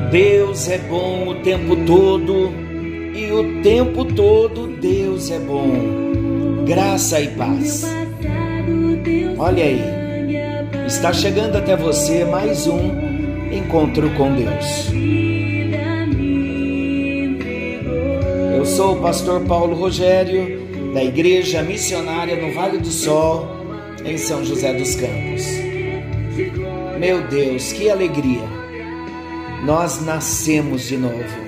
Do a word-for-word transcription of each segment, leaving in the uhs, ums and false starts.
Deus é bom o tempo todo e o tempo todo Deus é bom. Graça e paz. Olha aí, está chegando até você mais um encontro com Deus. Eu sou o pastor Paulo Rogério, da Igreja Missionária no Vale do Sol, em São José dos Campos. Meu Deus, que alegria! Nós nascemos de novo.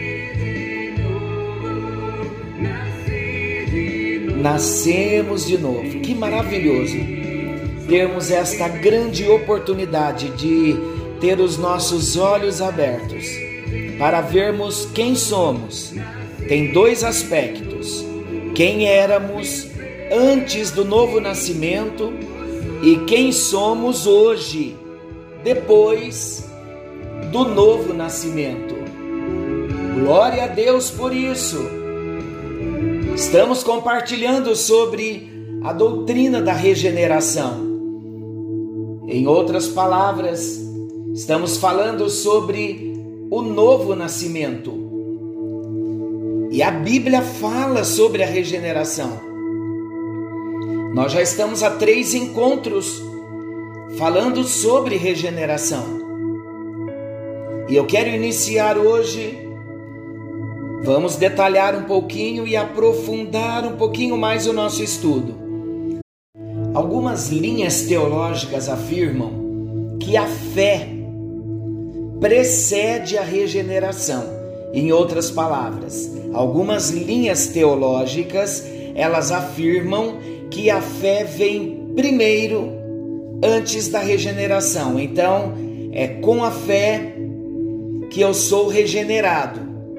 Nascemos de novo. Que maravilhoso termos esta grande oportunidade de ter os nossos olhos abertos para vermos quem somos. Tem dois aspectos: quem éramos antes do novo nascimento e quem somos hoje, depois do novo nascimento. Glória a Deus por isso. Estamos compartilhando sobre a doutrina da regeneração. Em outras palavras, estamos falando sobre o novo nascimento. E a Bíblia fala sobre a regeneração. Nós já estamos há três encontros falando sobre regeneração. E eu quero iniciar hoje, vamos detalhar um pouquinho e aprofundar um pouquinho mais o nosso estudo. Algumas linhas teológicas afirmam que a fé precede a regeneração. Em outras palavras, algumas linhas teológicas, elas afirmam que a fé vem primeiro antes da regeneração. Então, é com a fé que eu sou regenerado.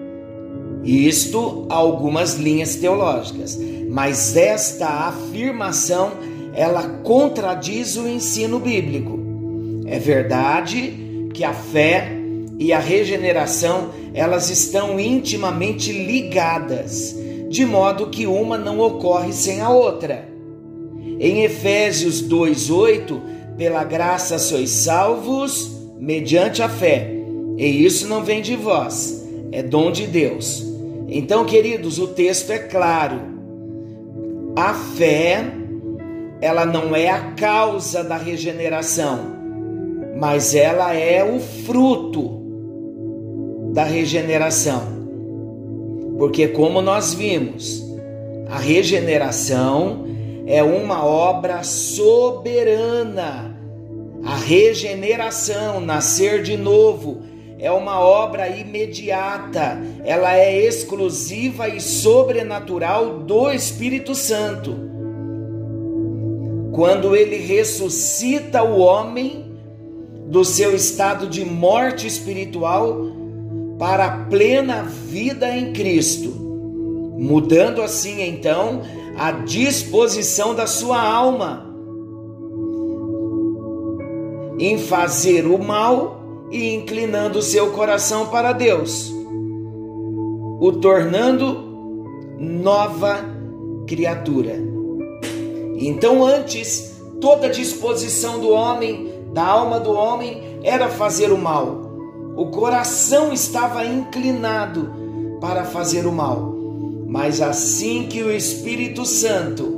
Isto, algumas linhas teológicas. Mas esta afirmação, ela contradiz o ensino bíblico. É verdade que a fé e a regeneração, elas estão intimamente ligadas, de modo que uma não ocorre sem a outra. Em Efésios dois, oito, pela graça sois salvos mediante a fé. E isso não vem de vós, é dom de Deus. Então, queridos, o texto é claro. A fé, ela não é a causa da regeneração, mas ela é o fruto da regeneração. Porque, como nós vimos, a regeneração é uma obra soberana. A regeneração, nascer de novo, é uma obra imediata, ela é exclusiva e sobrenatural do Espírito Santo. Quando ele ressuscita o homem do seu estado de morte espiritual para a plena vida em Cristo, mudando assim então a disposição da sua alma em fazer o mal e inclinando o seu coração para Deus, o tornando nova criatura. Então, antes, toda a disposição do homem, da alma do homem, era fazer o mal. O coração estava inclinado para fazer o mal. Mas assim que o Espírito Santo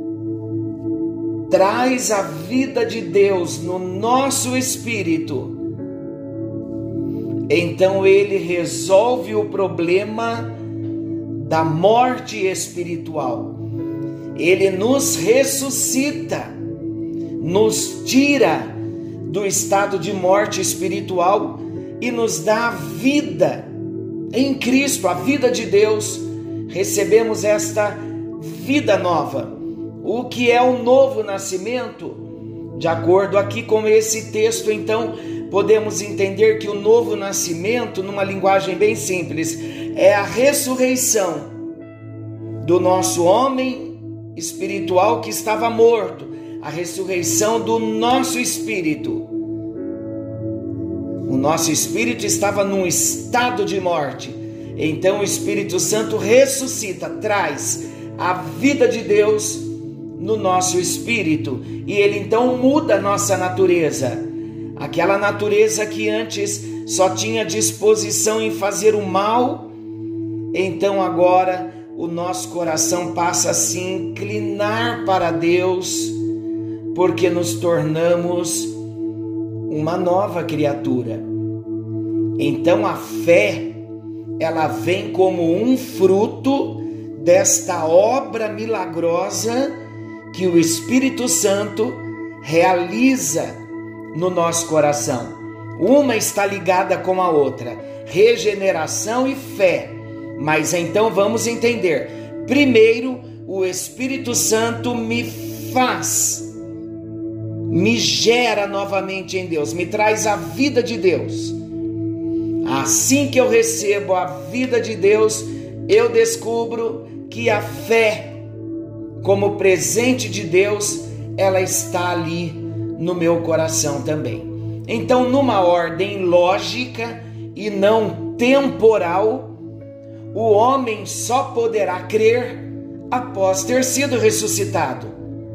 traz a vida de Deus no nosso espírito, então ele resolve o problema da morte espiritual. Ele nos ressuscita, nos tira do estado de morte espiritual e nos dá a vida em Cristo, a vida de Deus. Recebemos esta vida nova. O que é o novo nascimento? De acordo aqui com esse texto, então, podemos entender que o novo nascimento, numa linguagem bem simples, é a ressurreição do nosso homem espiritual que estava morto, a ressurreição do nosso espírito. O nosso espírito estava num estado de morte. Então o Espírito Santo ressuscita, traz a vida de Deus no nosso espírito, e ele então muda a nossa natureza. Aquela natureza que antes só tinha disposição em fazer o mal, então agora o nosso coração passa a se inclinar para Deus, porque nos tornamos uma nova criatura. Então a fé, ela vem como um fruto desta obra milagrosa que o Espírito Santo realiza no nosso coração. Uma está ligada com a outra, regeneração e fé. Mas então vamos entender. Primeiro, o Espírito Santo me faz, me gera novamente em Deus, me traz a vida de Deus. Assim que eu recebo a vida de Deus, eu descubro que a fé, como presente de Deus, ela está ali no meu coração também. Então, numa ordem lógica e não temporal, o homem só poderá crer após ter sido ressuscitado.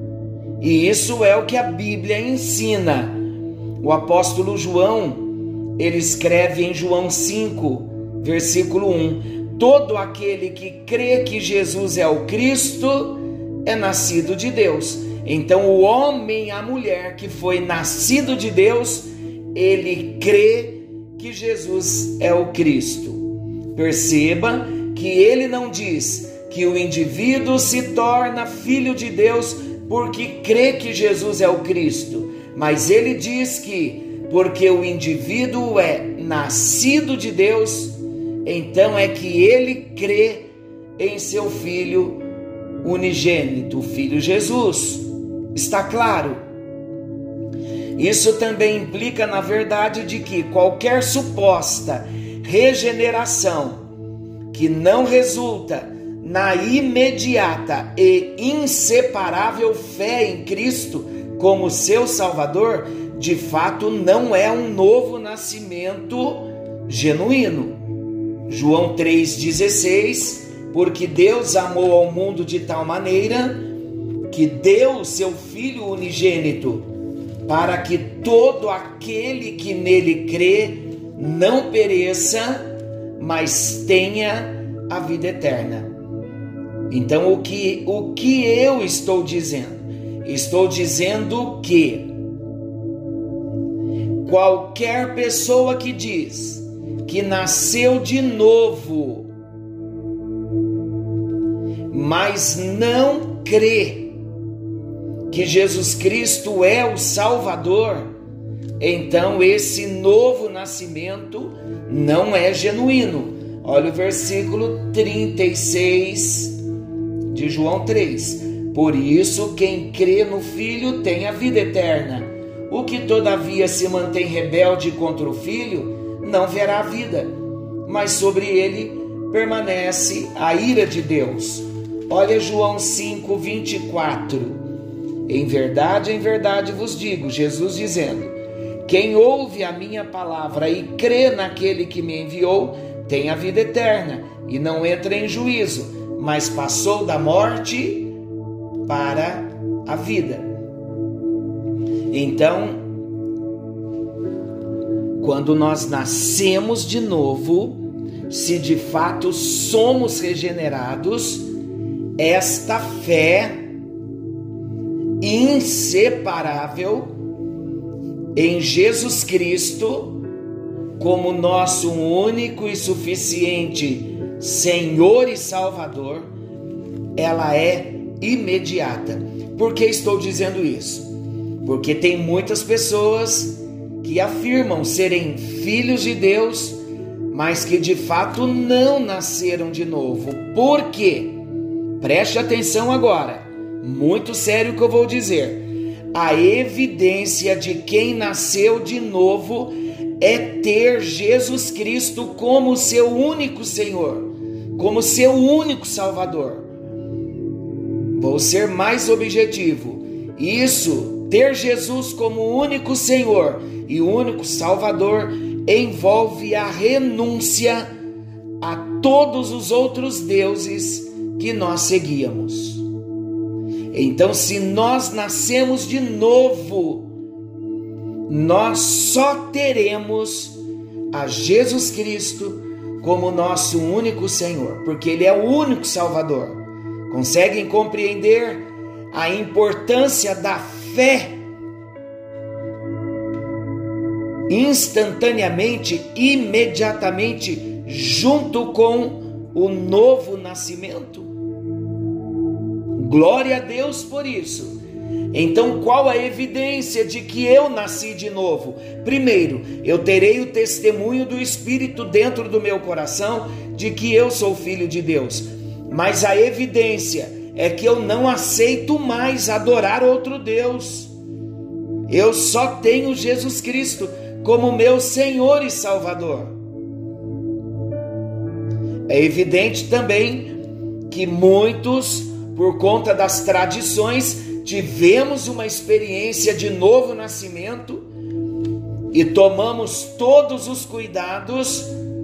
E isso é o que a Bíblia ensina. O apóstolo João, ele escreve em João cinco, versículo um: todo aquele que crê que Jesus é o Cristo é nascido de Deus. Então o homem e a mulher que foi nascido de Deus, ele crê que Jesus é o Cristo. Perceba que ele não diz que o indivíduo se torna filho de Deus porque crê que Jesus é o Cristo, mas ele diz que porque o indivíduo é nascido de Deus, então é que ele crê em seu Filho unigênito, o Filho Jesus. Está claro? Isso também implica na verdade de que qualquer suposta regeneração que não resulta na imediata e inseparável fé em Cristo como seu Salvador, de fato não é um novo nascimento genuíno. João três dezesseis: porque Deus amou ao mundo de tal maneira que deu o seu Filho unigênito, para que todo aquele que nele crê não pereça, mas tenha a vida eterna. Então o que, o que eu estou dizendo? Estou dizendo que qualquer pessoa que diz que nasceu de novo, mas não crê que Jesus Cristo é o Salvador, então esse novo nascimento não é genuíno. Olha o versículo trinta e seis de João três: por isso quem crê no Filho tem a vida eterna. O que todavia se mantém rebelde contra o Filho não verá a vida, mas sobre ele permanece a ira de Deus. Olha João cinco, vinte e quatro. Em verdade, em verdade vos digo, Jesus dizendo: quem ouve a minha palavra e crê naquele que me enviou, tem a vida eterna e não entra em juízo, mas passou da morte para a vida. Então, quando nós nascemos de novo, se de fato somos regenerados, esta fé inseparável em Jesus Cristo como nosso único e suficiente Senhor e Salvador, ela é imediata. Por que estou dizendo isso? Porque tem muitas pessoas que afirmam serem filhos de Deus, mas que de fato não nasceram de novo. Por quê? Preste atenção agora, muito sério o que eu vou dizer. A evidência de quem nasceu de novo é ter Jesus Cristo como seu único Senhor, como seu único Salvador. Vou ser mais objetivo. Isso, ter Jesus como único Senhor e único Salvador, envolve a renúncia a todos os outros deuses que nós seguíamos. Então, se nós nascemos de novo, nós só teremos a Jesus Cristo como nosso único Senhor, porque Ele é o único Salvador. Conseguem compreender a importância da fé instantaneamente, imediatamente, junto com o novo nascimento? Glória a Deus por isso. Então, qual a evidência de que eu nasci de novo? Primeiro, eu terei o testemunho do Espírito dentro do meu coração de que eu sou filho de Deus. Mas a evidência é que eu não aceito mais adorar outro Deus. Eu só tenho Jesus Cristo como meu Senhor e Salvador. É evidente também que muitos, por conta das tradições, tivemos uma experiência de novo nascimento e tomamos todos os cuidados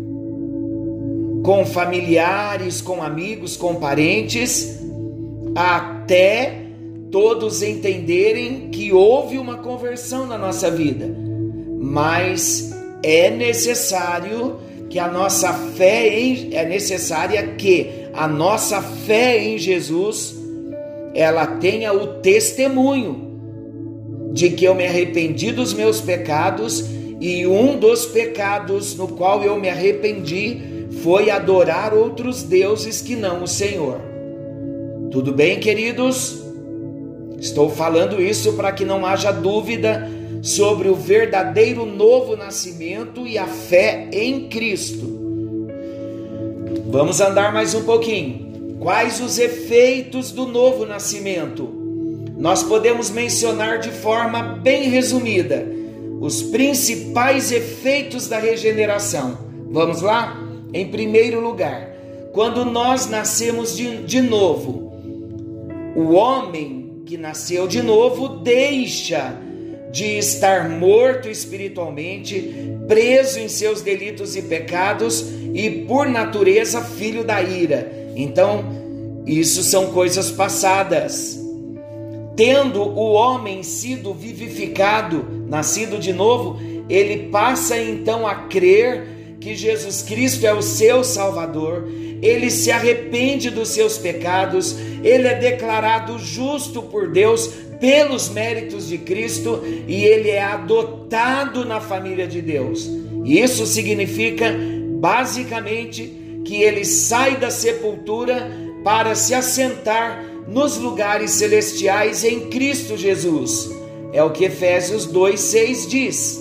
com familiares, com amigos, com parentes, até todos entenderem que houve uma conversão na nossa vida. Mas é necessário que a nossa fé em, é necessária que a nossa fé em Jesus ela tenha o testemunho de que eu me arrependi dos meus pecados, e um dos pecados no qual eu me arrependi foi adorar outros deuses que não o Senhor. Tudo bem, queridos? Estou falando isso para que não haja dúvida sobre o verdadeiro novo nascimento e a fé em Cristo. Vamos andar mais um pouquinho. Quais os efeitos do novo nascimento? Nós podemos mencionar de forma bem resumida os principais efeitos da regeneração. Vamos lá? Em primeiro lugar, quando nós nascemos de, de novo, o homem que nasceu de novo deixa de estar morto espiritualmente, preso em seus delitos e pecados e, por natureza, filho da ira. Então, isso são coisas passadas. Tendo o homem sido vivificado, nascido de novo, ele passa então a crer que Jesus Cristo é o seu Salvador, ele se arrepende dos seus pecados, ele é declarado justo por Deus pelos méritos de Cristo e ele é adotado na família de Deus. E isso significa, basicamente, que ele sai da sepultura para se assentar nos lugares celestiais em Cristo Jesus. É o que Efésios dois, seis diz.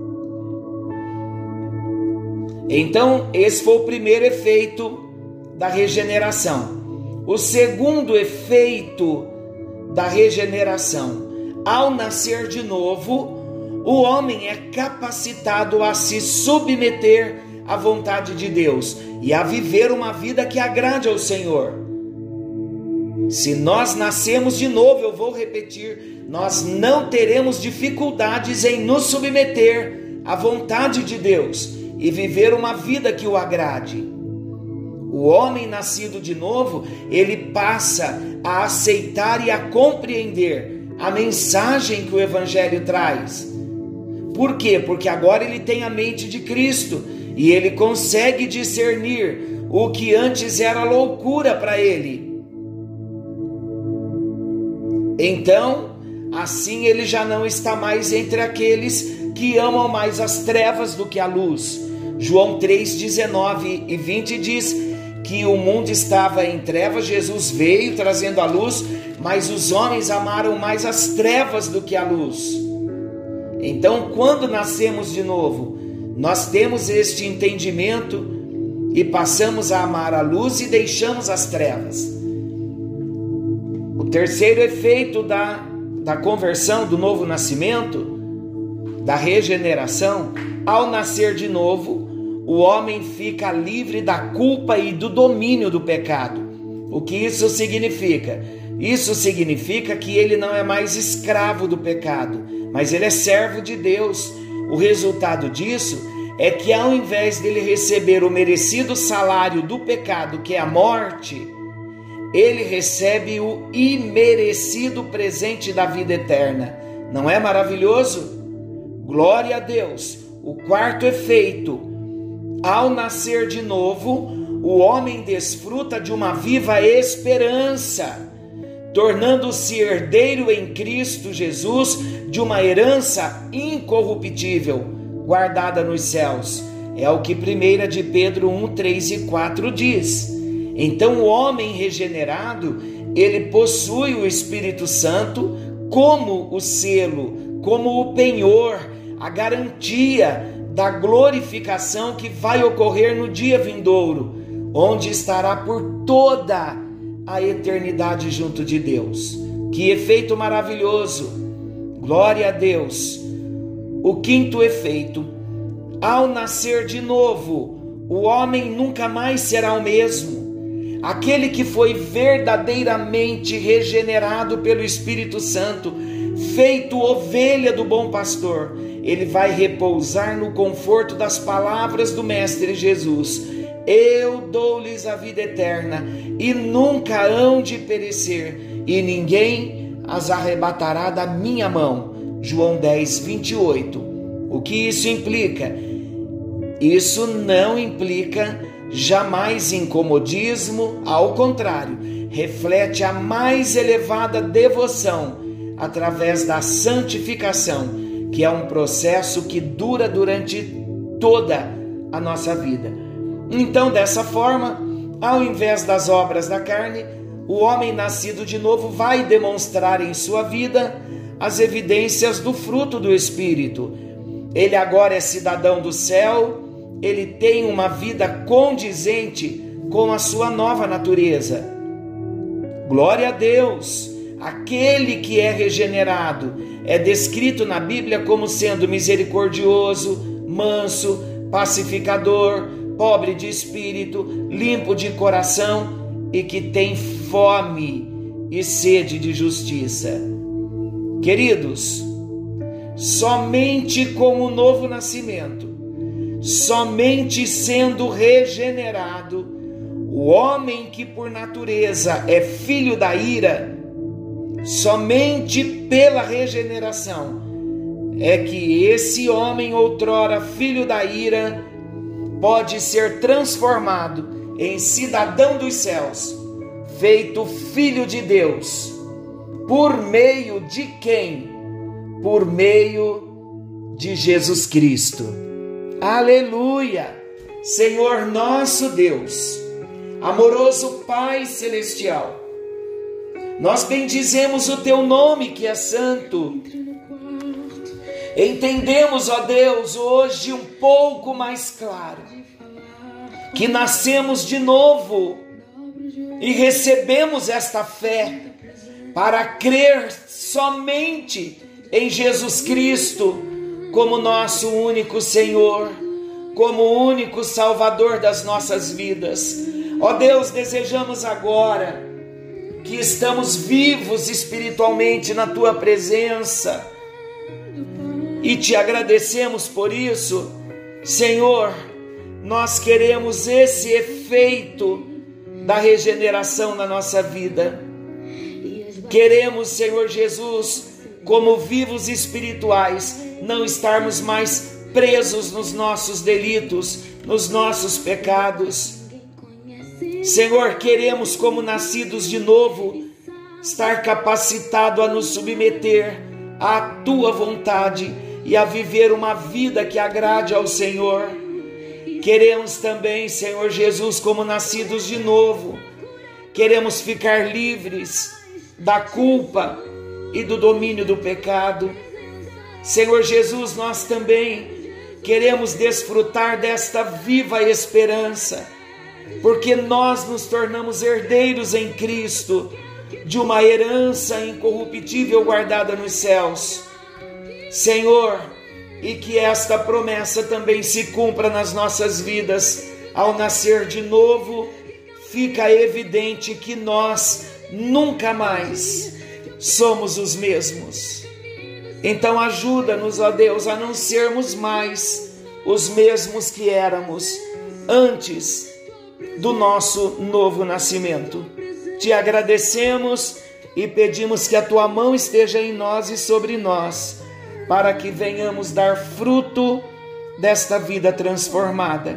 Então, esse foi o primeiro efeito da regeneração. O segundo efeito da regeneração: ao nascer de novo, o homem é capacitado a se submeter à vontade de Deus e a viver uma vida que agrade ao Senhor. Se nós nascemos de novo, eu vou repetir, nós não teremos dificuldades em nos submeter à vontade de Deus e viver uma vida que o agrade. O homem nascido de novo, ele passa a aceitar e a compreender a mensagem que o Evangelho traz. Por quê? Porque agora ele tem a mente de Cristo e ele consegue discernir o que antes era loucura para ele. Então, assim ele já não está mais entre aqueles que amam mais as trevas do que a luz. João três, dezenove e vinte diz que o mundo estava em trevas, Jesus veio trazendo a luz, mas os homens amaram mais as trevas do que a luz. Então, quando nascemos de novo, nós temos este entendimento e passamos a amar a luz e deixamos as trevas. O terceiro efeito da, da conversão, do novo nascimento, da regeneração: ao nascer de novo, o homem fica livre da culpa e do domínio do pecado. O que isso significa? Isso significa que ele não é mais escravo do pecado, mas ele é servo de Deus. O resultado disso é que, ao invés dele receber o merecido salário do pecado, que é a morte, ele recebe o imerecido presente da vida eterna. Não é maravilhoso? Glória a Deus! O quarto efeito: Ao nascer de novo, o homem desfruta de uma viva esperança, tornando-se herdeiro em Cristo Jesus de uma herança incorruptível, guardada nos céus. É o que primeira de Pedro um, três e quatro diz. Então o homem regenerado, ele possui o Espírito Santo como o selo, como o penhor, a garantia da glorificação que vai ocorrer no dia vindouro, onde estará por toda a eternidade junto de Deus. Que efeito maravilhoso! Glória a Deus! O quinto efeito: ao nascer de novo, o homem nunca mais será o mesmo. Aquele que foi verdadeiramente regenerado pelo Espírito Santo, feito ovelha do bom pastor, ele vai repousar no conforto das palavras do Mestre Jesus. Eu dou-lhes a vida eterna e nunca hão de perecer, e ninguém as arrebatará da minha mão. João dez, vinte e oito. O que isso implica? Isso não implica jamais incomodismo, ao contrário, reflete a mais elevada devoção através da santificação, que é um processo que dura durante toda a nossa vida. Então, dessa forma, ao invés das obras da carne, o homem nascido de novo vai demonstrar em sua vida as evidências do fruto do Espírito. Ele agora é cidadão do céu, ele tem uma vida condizente com a sua nova natureza. Glória a Deus! Aquele que é regenerado é descrito na Bíblia como sendo misericordioso, manso, pacificador, pobre de espírito, limpo de coração e que tem fome e sede de justiça. Queridos, somente com o novo nascimento, somente sendo regenerado, o homem que por natureza é filho da ira, somente pela regeneração é que esse homem outrora filho da ira pode ser transformado em cidadão dos céus, feito filho de Deus. Por meio de quem? Por meio de Jesus Cristo. Aleluia! Senhor nosso Deus, amoroso Pai Celestial, nós bendizemos o Teu nome que é santo. Entendemos, ó Deus, hoje um pouco mais claro, que nascemos de novo e recebemos esta fé para crer somente em Jesus Cristo como nosso único Senhor, como o único Salvador das nossas vidas. Ó Deus, desejamos agora que estamos vivos espiritualmente na Tua presença e Te agradecemos por isso. Senhor, nós queremos esse efeito da regeneração na nossa vida. Queremos, Senhor Jesus, como vivos espirituais, não estarmos mais presos nos nossos delitos, nos nossos pecados. Senhor, queremos, como nascidos de novo, estar capacitado a nos submeter à Tua vontade e a viver uma vida que agrade ao Senhor. Queremos também, Senhor Jesus, como nascidos de novo, queremos ficar livres da culpa e do domínio do pecado. Senhor Jesus, nós também queremos desfrutar desta viva esperança, porque nós nos tornamos herdeiros em Cristo de uma herança incorruptível guardada nos céus. Senhor, e que esta promessa também se cumpra nas nossas vidas. Ao nascer de novo, fica evidente que nós nunca mais somos os mesmos. Então ajuda-nos, ó Deus, a não sermos mais os mesmos que éramos antes do nosso novo nascimento. Te agradecemos e pedimos que a Tua mão esteja em nós e sobre nós, para que venhamos dar fruto desta vida transformada.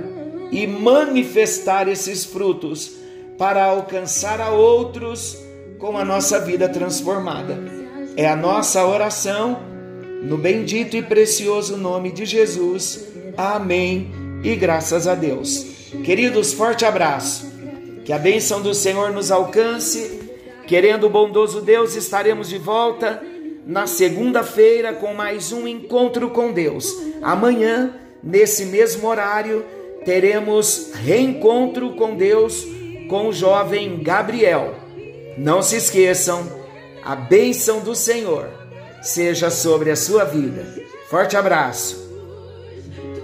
e manifestar esses frutos para alcançar a outros com a nossa vida transformada. É a nossa oração no bendito e precioso nome de Jesus. Amém e graças a Deus. Queridos, forte abraço. Que a bênção do Senhor nos alcance. Querendo o bondoso Deus, estaremos de volta na segunda-feira com mais um encontro com Deus. Amanhã, nesse mesmo horário, teremos reencontro com Deus com o jovem Gabriel. Não se esqueçam, a bênção do Senhor seja sobre a sua vida. Forte abraço.